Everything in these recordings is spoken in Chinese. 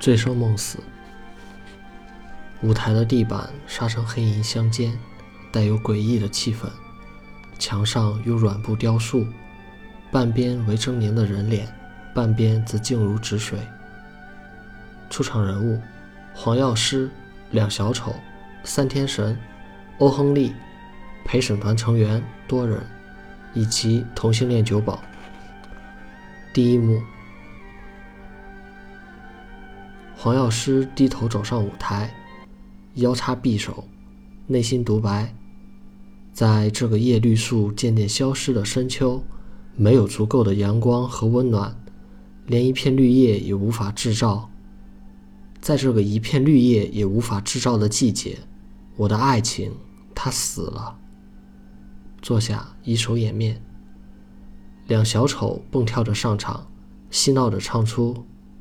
醉生梦死。舞台的地板纱成黑银相间，带有诡异的气氛，墙上有软布雕塑，半边为狰狞的人脸，半边则静如止水。出场人物：黄药师、两小丑、三天神、欧亨利，陪审团成员多人，以及同性恋酒保。第一幕，黄药师低头走上舞台，腰插匕首，内心独白：在这个叶绿素渐渐消失的深秋，没有足够的阳光和温暖，连一片绿叶也无法制造。在这个一片绿叶也无法制造的季节，我的爱情，它死了。坐下，以手掩面。两小丑蹦跳着上场，嬉闹着唱出：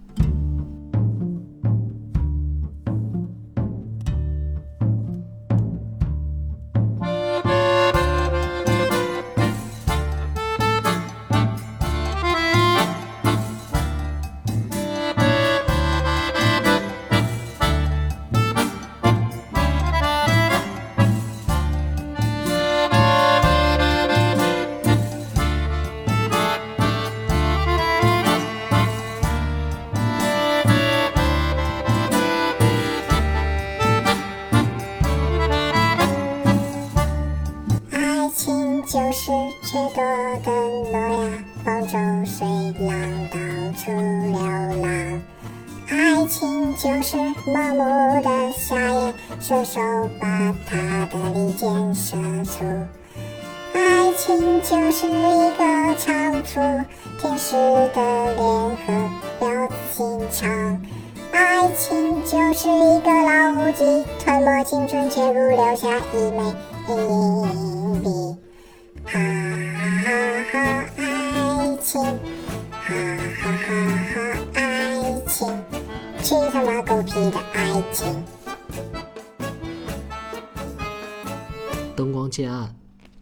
就是许多的诺亚，方舟随浪到处流浪。爱情就是盲目的夏夜，射手把他的利箭射出。爱情就是一个长处，天使的脸和婊子心肠。爱情就是一个老虎机，吞没青春却不留下一枚硬币。哈哈哈，爱情，哈哈哈，爱情，去他妈狗屁的爱情！ 灯光渐暗，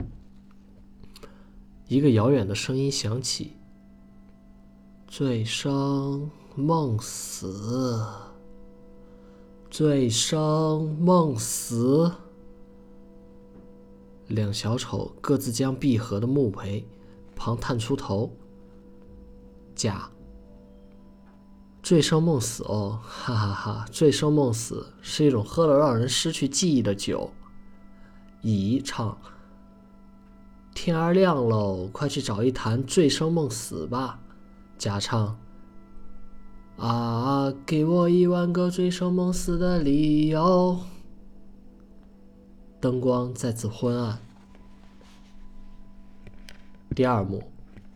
一个遥远的声音响起：醉生梦死，醉生梦死。两小丑各自将闭合的木培旁探出头。甲，醉生梦死哦，哈哈哈！醉生梦死是一种喝了让人失去记忆的酒。乙唱：天儿亮喽，快去找一坛醉生梦死吧。甲唱：啊，给我10000个醉生梦死的理由。灯光再次昏暗。第二幕，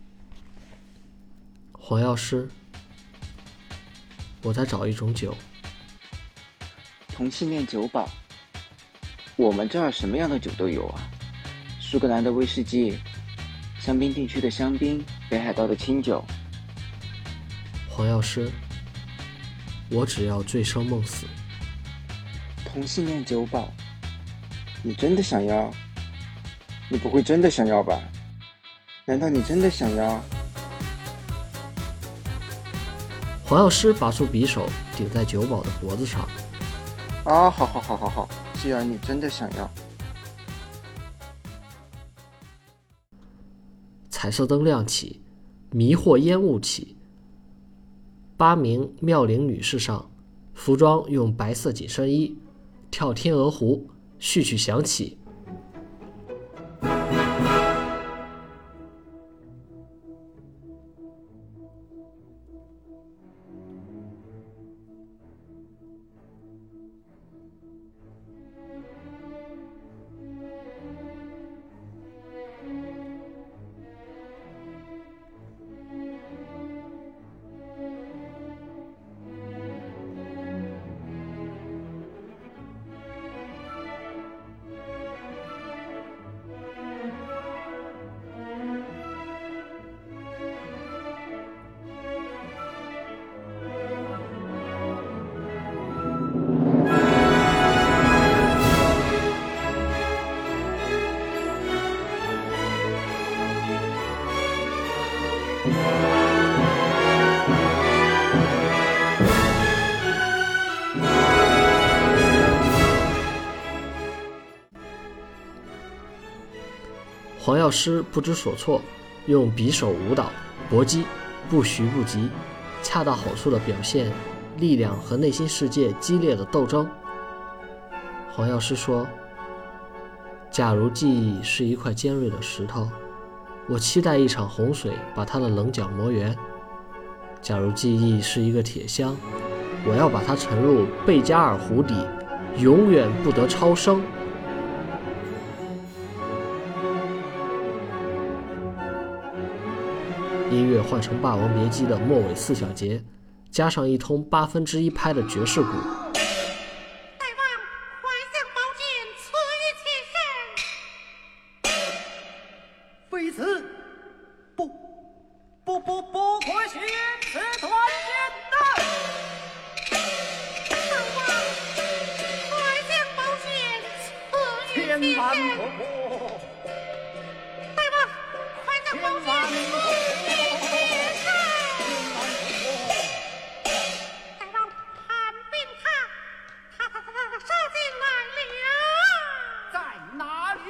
黄药师：我在找一种酒。 同性恋酒保，我们这儿什么样的酒都有啊，苏格兰的威士忌，香槟地区的香槟，北海道的清酒。 黄药师：我只要醉生梦死。 同性恋酒保，你真的想要？你不会真的想要吧？难道你真的想要？ 黄药师拔出匕首，顶在酒保的脖子上。 啊，好，既然你真的想要。 彩色灯亮起，迷惑烟雾起。8名妙龄女士上，服装用白色紧身衣，跳天鹅湖，序曲响起。 黄药师不知所措，用匕首舞蹈搏击，不徐不急，恰到好处地表现力量和内心世界激烈的斗争。黄药师说，假如记忆是一块尖锐的石头，我期待一场洪水把它的棱角磨圆；假如记忆是一个铁箱，我要把它沉入贝加尔湖底，永远不得超生。音乐换成《霸王别姬》的末尾4小节，加上一通1/8拍的爵士鼓。 大王，快向宝剑催其身！ 非此，不可行，此断剑呐！ 大王，快向宝剑催其身！ 千万不可！ 大王，快向宝剑催其身！大王，看病他杀进来了， 在哪里？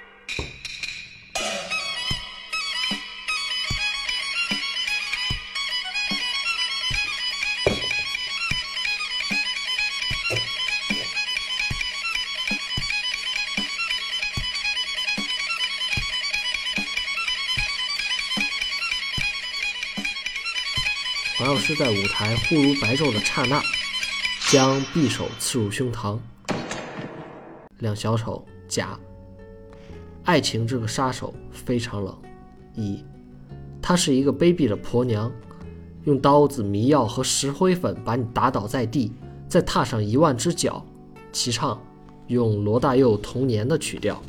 黄药师在舞台忽如白昼的刹那，将匕首刺入胸膛。两小丑甲，爱情这个杀手非常冷。乙，她是一个卑鄙的婆娘，用刀子、迷药和石灰粉把你打倒在地，再踏上10000只脚。齐唱，用罗大佑《童年》的曲调。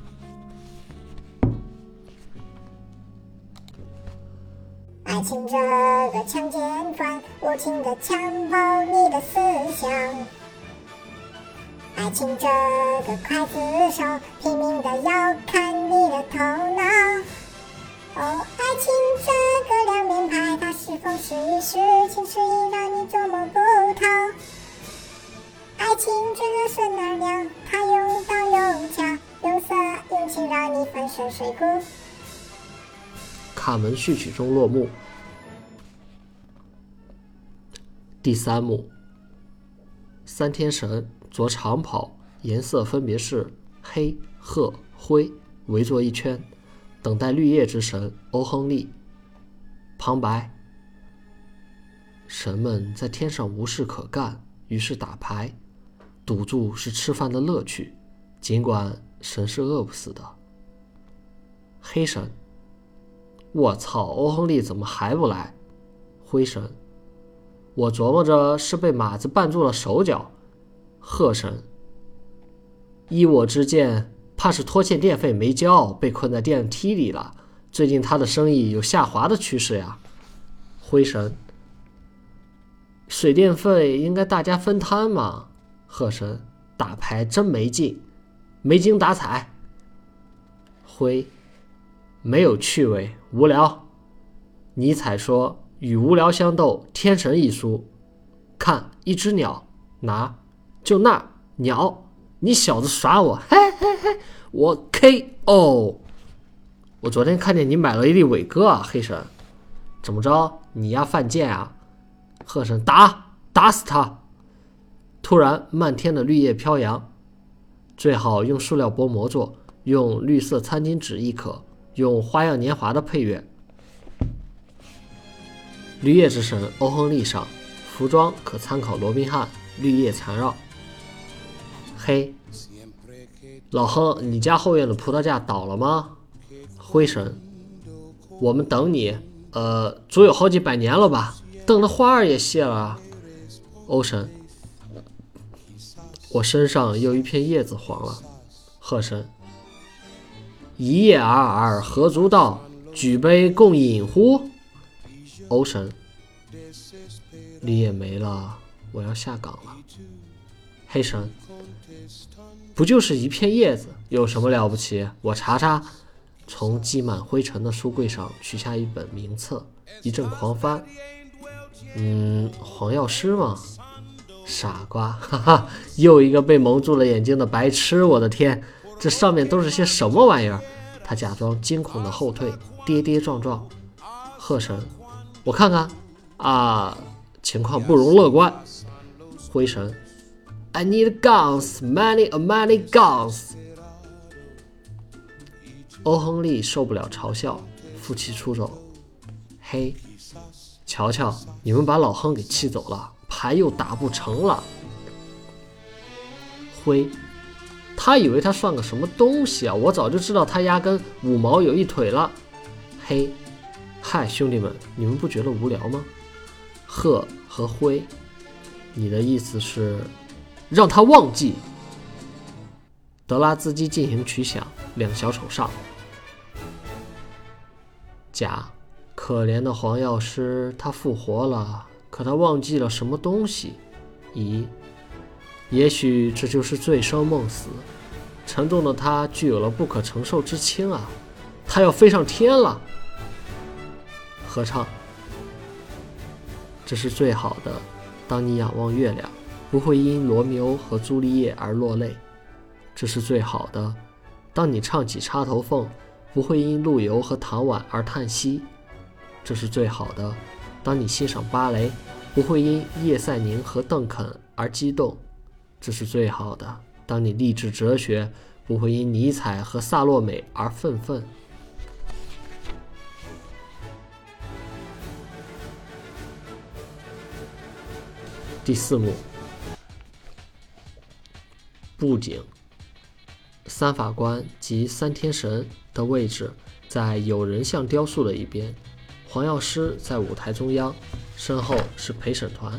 爱情这个强奸犯，无情地强暴你的思想。爱情这个刽子手，拼命地要砍你的头脑。哦，爱情这个两面派，它是风是雨是晴是阴，让你捉摸不透。爱情这个神儿娘，它用刀用枪，用色用情，让你粉身碎骨。 卡门序曲中落幕。第3幕，3天神着长袍，颜色分别是黑、褐、灰，围坐一圈，等待绿叶之神欧亨利。旁白：神们在天上无事可干，于是打牌，赌注是吃饭的乐趣，尽管神是饿不死的。黑神：我操，欧亨利怎么还不来？灰神：我琢磨着是被马子绊住了手脚。鹤神：依我之见，怕是拖欠电费没交，被困在电梯里了。最近他的生意有下滑的趋势呀。灰神：水电费应该大家分摊嘛。鹤神：打牌真没劲，没精打采。灰：没有趣味，无聊。尼采说，与无聊相斗，天神一输。看，一只鸟，哪？就那鸟，你小子耍我，嘿嘿嘿，我 KO。我昨天看见你买了一粒伟哥啊，黑神。怎么着？你呀犯贱啊？鹤神：打死他！突然，漫天的绿叶飘扬，最好用塑料薄膜做，用绿色餐巾纸亦可，用花样年华的配乐。绿叶之神欧亨利上，服装可参考罗宾汉，绿叶缠绕。黑，老亨，你家后院的葡萄架倒了吗？灰神，我们等你，足有好几百年了吧，等的花儿也谢了。欧神，我身上有一片叶子黄了。鹤神，一叶尔尔何足道，举杯共饮乎？欧神，绿叶没了，我要下岗了。黑神，不就是一片叶子，有什么了不起？我查查。从积满灰尘的书柜上取下一本名册，一阵狂翻。黄药师吗？傻瓜，哈哈，又一个被蒙住了眼睛的白痴！我的天，这上面都是些什么玩意儿？ 他假装惊恐的后退，跌跌撞撞。贺神，我看看啊，情况不容乐观。灰神 I need guns, many guns。欧亨利受不了嘲笑，负气出走。黑，瞧瞧，你们把老亨给气走了，牌又打不成了。灰，他以为他算个什么东西啊，我早就知道他压根五毛有一腿了。黑，嗨，兄弟们，你们不觉得无聊吗？鹤和灰，你的意思是让他忘记。德拉兹基进行取响，两小丑上。甲，可怜的黄药师，他复活了，可他忘记了什么东西？乙，也许这就是醉生梦死，沉重的他具有了不可承受之轻啊，他要飞上天了。合唱，这是最好的，当你仰望月亮，不会因罗密欧和朱丽叶而落泪。这是最好的，当你唱起插头凤，不会因陆游和唐婉而叹息。这是最好的，当你欣赏芭蕾，不会因叶赛宁和邓肯而激动。这是最好的，当你立志哲学，不会因尼采和萨洛美而愤愤。第4幕，布景，三法官及三天神的位置在有人像雕塑的一边，黄药师在舞台中央，身后是陪审团。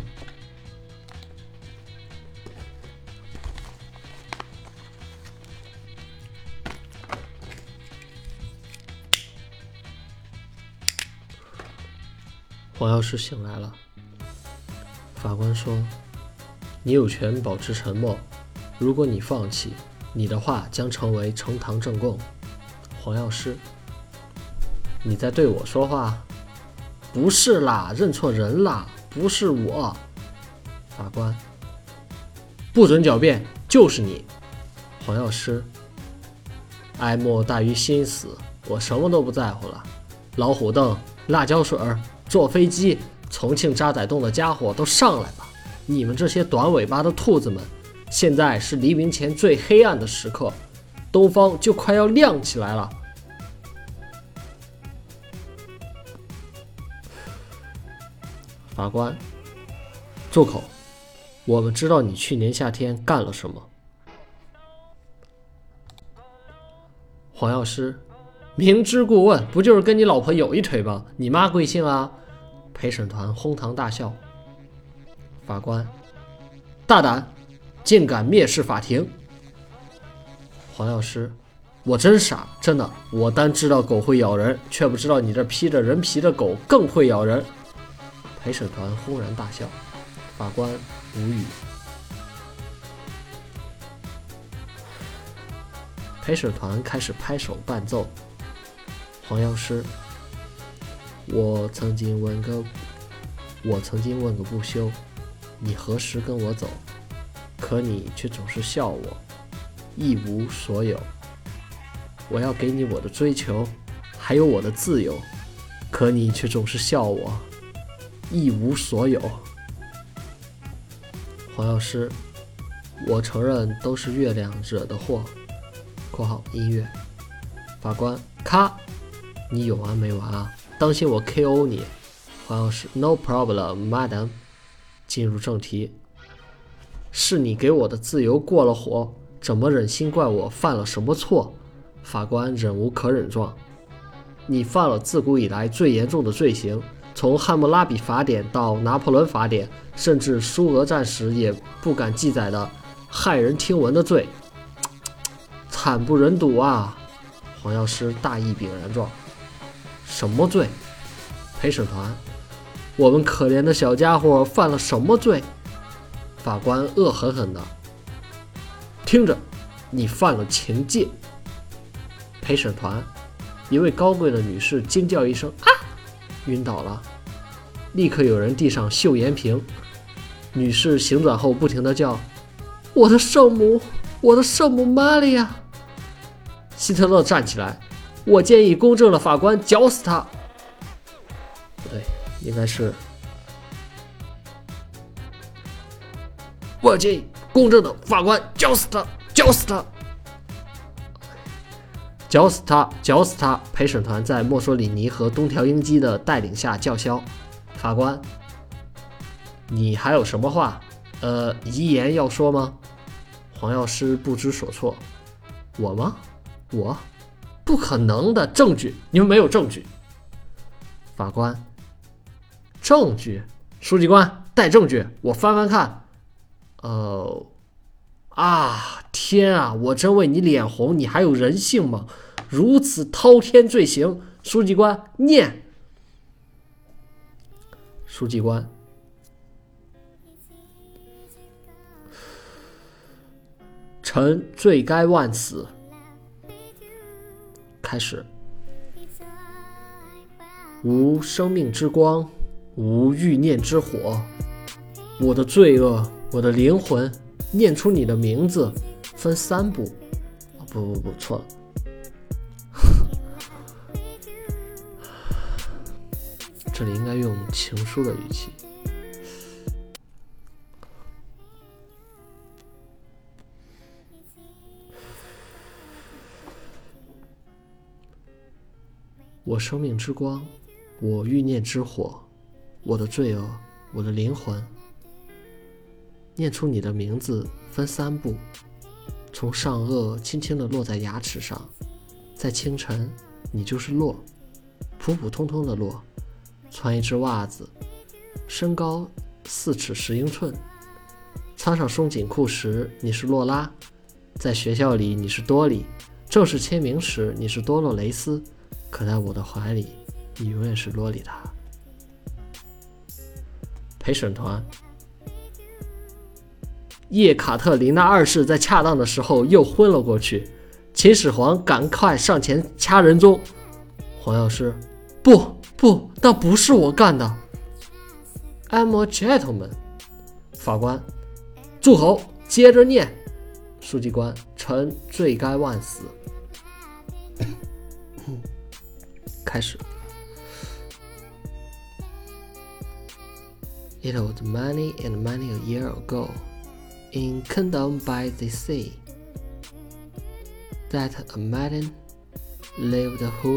黄药师醒来了。法官说：“你有权保持沉默，如果你放弃，你的话将成为呈堂证供。”黄药师：“你在对我说话？”“不是啦，认错人啦，不是我。”法官：“不准狡辩，就是你。”黄药师：“哀莫大于心死，我什么都不在乎了。老虎凳、辣椒水、坐飞机，重庆渣滓洞的家伙都上来吧！你们这些短尾巴的兔子们，现在是黎明前最黑暗的时刻，东方就快要亮起来了。”法官：“住口！我们知道你去年夏天干了什么。”黄药师：“明知故问，不就是跟你老婆有一腿吗？你妈贵姓啊？”陪审团哄堂大笑。法官：“大胆，竟敢蔑视法庭！”黄药师：“我真傻，真的，我单知道狗会咬人，却不知道你这披着人皮的狗更会咬人。”陪审团轰然大笑。法官无语。陪审团开始拍手伴奏。黄药师：“我曾经问个不休，你何时跟我走？可你却总是笑我，一无所有。我要给你我的追求，还有我的自由，可你却总是笑我，一无所有。”黄药师：“我承认都是月亮惹的祸。”（括号音乐）法官：“咔，你有完没完啊？当心我 KO 你！”黄药师 ：“No problem, madam。”进入正题：“是你给我的自由过了火，怎么忍心怪我犯了什么错？”法官忍无可忍状：“你犯了自古以来最严重的罪行，从汉谟拉比法典到拿破仑法典，甚至苏俄战史也不敢记载的骇人听闻的罪，惨不忍睹啊！”黄药师大义凛然状：“什么罪？”陪审团：“我们可怜的小家伙犯了什么罪？”法官恶狠狠的：“听着，你犯了情戒。”陪审团：“一位高贵的女士惊叫一声啊，晕倒了，立刻有人递上嗅盐瓶。女士醒转后不停地叫：我的圣母，我的圣母玛利亚！”希特勒站起来：“ 我建议公正的法官绞死他。不对，应该是我建议公正的法官绞死他，绞死他，绞死他，绞死他！陪审团在墨索里尼和东条英机的带领下叫嚣。法官，你还有什么话？遗言要说吗？黄药师不知所措。我吗？我？不可能的，证据，你们没有证据。法官，证据？书记官，带证据，我翻翻看。天啊，我真为你脸红，你还有人性吗？如此滔天罪行，书记官念。书记官，臣罪该万死。开始。无生命之光，无欲念之火，我的罪恶，我的灵魂，念出你的名字，分3步。不，错了。这里应该用情书的语气。我生命之光，我欲念之火，我的罪恶，我的灵魂，念出你的名字分3步，从上颚轻轻地落在牙齿上，在清晨你就是洛，普普通通的洛，穿一只袜子，身高4尺10英寸，穿上松紧裤时你是洛拉，在学校里你是多里，正式签名时你是多洛雷斯，可在我的怀里你永远是洛丽塔。陪审团，叶卡特琳娜2世在恰当的时候又昏了过去，秦始皇赶快上前掐人中。黄药师，不，那不是我干的。I'm a gentleman。法官，住口，接着念。书记官，臣罪该万死。开始。It was many and many a year ago, in Kingdom by the sea, that a maiden lived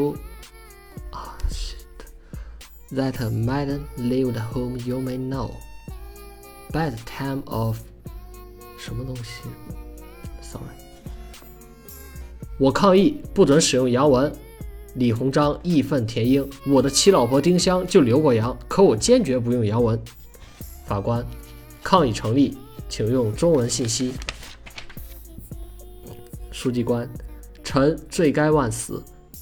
whom you may know. By the time of 什么东西 ？Sorry， 我抗议，不准使用洋文。李鸿章义愤填膺，我的7老婆丁香就留过洋，可我坚决不用洋文。法官，抗议成立，请用中文信息。书记官，臣罪该万死。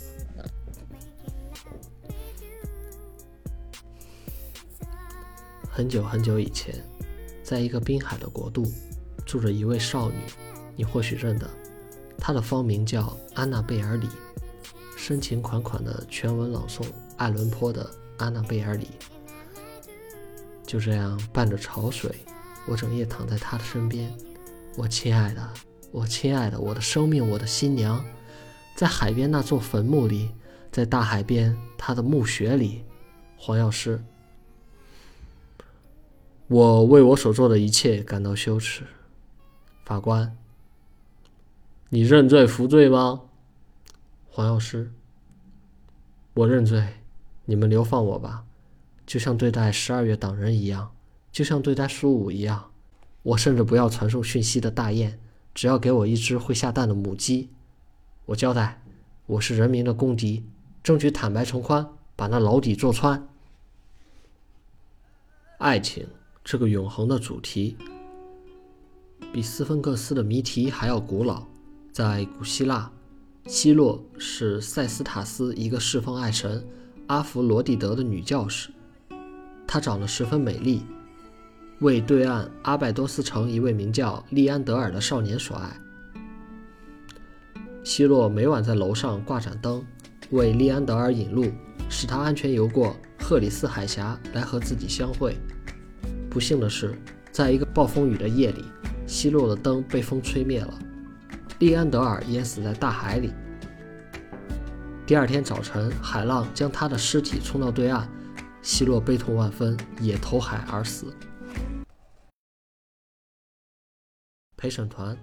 很久很久以前，在一个滨海的国度，住着一位少女，你或许认得，她的芳名叫安娜贝尔里。深情款款的全文朗诵爱伦坡的《安娜贝尔里》。就这样伴着潮水，我整夜躺在她的身边。我亲爱的，我亲爱的，我的生命，我的新娘，在海边那座坟墓里，在大海边她的墓穴里。黄药师，我为我所做的一切感到羞耻。法官，你认罪服罪吗？黄药师，我认罪，你们流放我吧，就像对待12月党人一样，就像对待苏武一样。我甚至不要传送讯息的大雁，只要给我一只会下蛋的母鸡。我交代，我是人民的公敌，争取坦白从宽，把那牢底坐穿。爱情这个永恒的主题，比斯芬克斯的谜题还要古老。在古希腊，希洛是塞斯塔斯一个侍奉爱神阿弗罗狄德的女教士，她长得十分美丽，为对岸阿拜多斯城一位名叫利安德尔的少年所爱。希洛每晚在楼上挂盏灯，为利安德尔引路，使他安全游过赫里斯海峡来和自己相会。不幸的是，在一个暴风雨的夜里，希洛的灯被风吹灭了，利安德尔淹死在大海里。 第二天早晨，海浪将他的尸体冲到对岸，希洛悲痛万分，也投海而死。陪审团，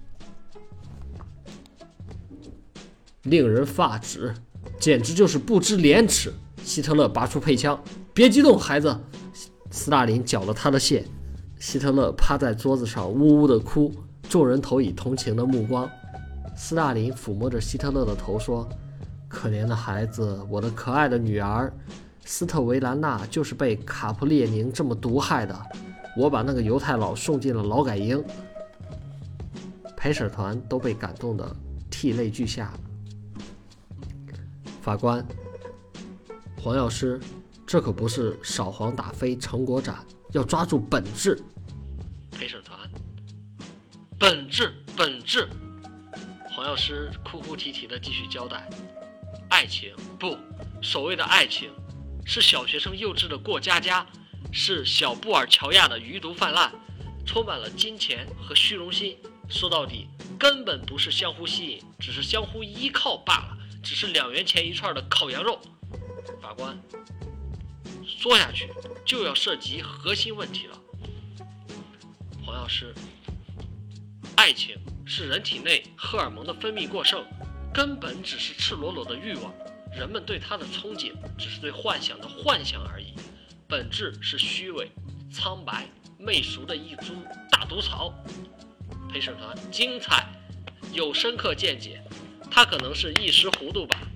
令人发指，简直就是不知廉耻！希特勒拔出配枪，别激动，孩子。斯大林缴了他的械。希特勒趴在桌子上呜呜地哭，众人投以同情的目光。斯大林抚摸着希特勒的头说：“可怜的孩子，我的可爱的女儿，斯特维兰娜就是被卡普列宁这么毒害的。我把那个犹太佬送进了劳改营。”陪审团都被感动得涕泪俱下。法官，黄药师，这可不是扫黄打非成果展，要抓住本质。陪审团，本质。黄药师哭哭啼啼地继续交代：爱情不，所谓的爱情是小学生幼稚的过家家，是小布尔乔亚的余毒泛滥，充满了金钱和虚荣心。说到底，根本不是相互吸引，只是相互依靠罢了，只是2元钱一串的烤羊肉。法官，说下去就要涉及核心问题了。黄药师，爱情是人体内荷尔蒙的分泌过剩，根本只是赤裸裸的欲望，人们对它的憧憬只是对幻想的幻想而已，本质是虚伪、苍白、媚俗的一株大毒草。陪审团，精彩，有深刻见解，他可能是一时糊涂吧。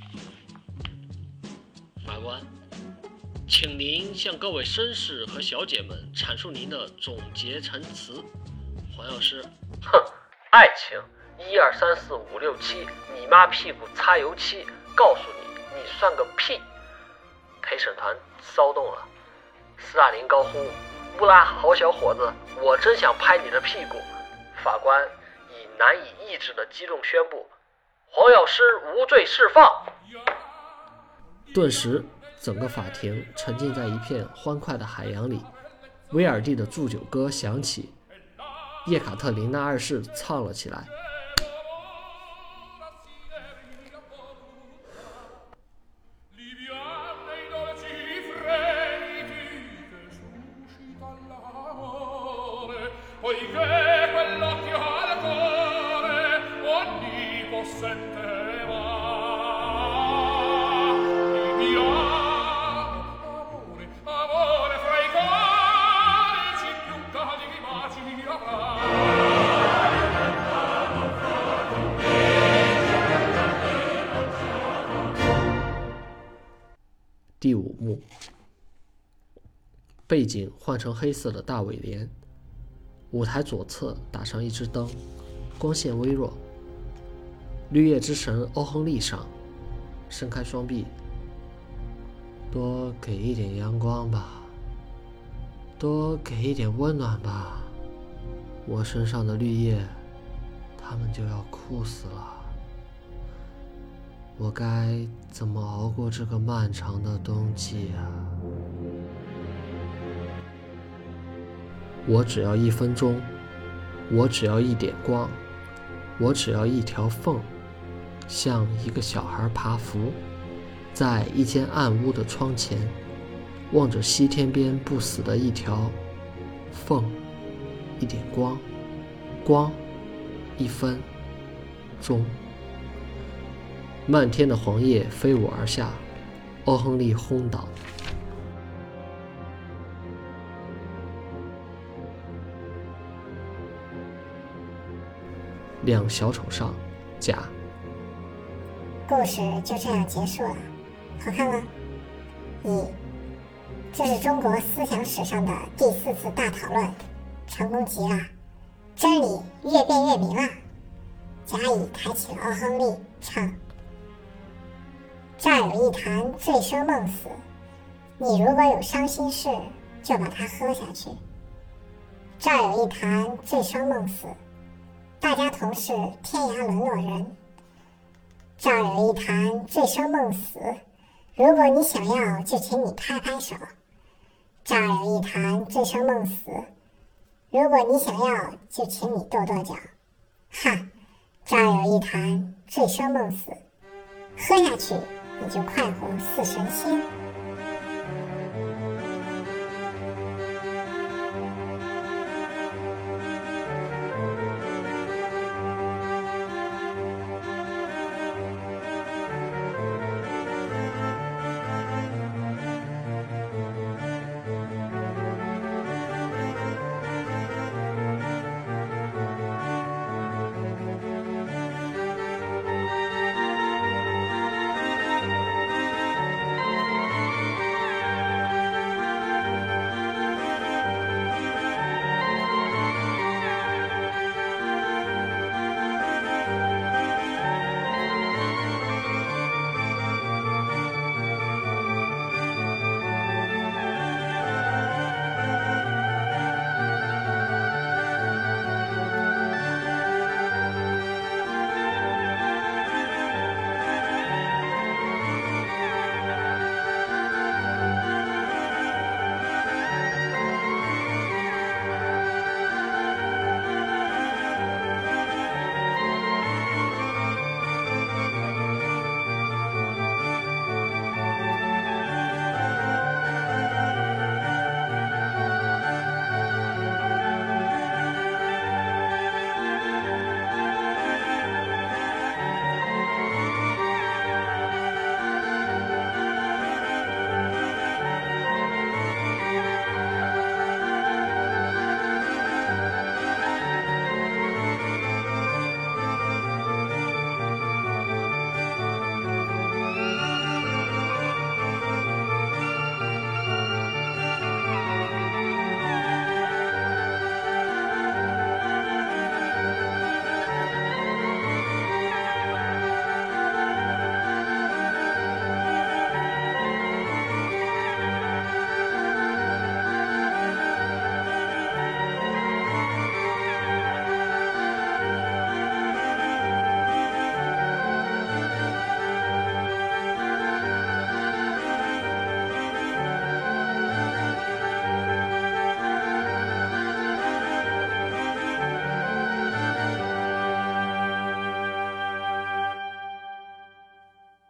法官，请您向各位绅士和小姐们阐述您的总结陈词。黄药师，爱情1、2、3、4、5、6、7，你妈屁股擦油漆，告诉你，你算个屁！陪审团骚动了，斯大林高呼：“乌拉，好小伙子，我真想拍你的屁股！”法官以难以抑制的激动宣布：“黄药师无罪释放。”顿时，整个法庭沉浸在一片欢快的海洋里。威尔第的祝酒歌响起，叶卡特琳娜二世唱了起来。第5幕，背景换成黑色的大尾帘，舞台左侧打上一支灯，光线微弱。绿叶之神欧亨利上，伸开双臂，多给一点阳光吧，多给一点温暖吧，我身上的绿叶，它们就要枯死了。我该怎么熬过这个漫长的冬季啊？我只要1分钟，我只要一点光，我只要一条缝，像一个小孩爬浮，在一间暗屋的窗前，望着西天边不死的一条缝，一点光，光，1分钟。漫天的黄叶飞舞而下，欧亨利轰倒。亮小丑上，甲。 故事就这样结束了，好看吗？这是中国思想史上的第4次大讨论，成功极了，真理越辩越明了。甲乙抬起了欧亨利，唱：这儿有一坛醉生梦死，你如果有伤心事，就把它喝下去。这儿有一坛醉生梦死，大家同是天涯沦落人。这儿有一坛醉生梦死，如果你想要，就请你拍拍手。这儿有一坛醉生梦死，如果你想要，就请你跺跺脚。哈，这儿有一坛醉生梦死。 喝下去你就快活似神仙。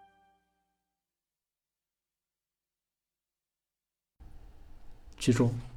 剧终。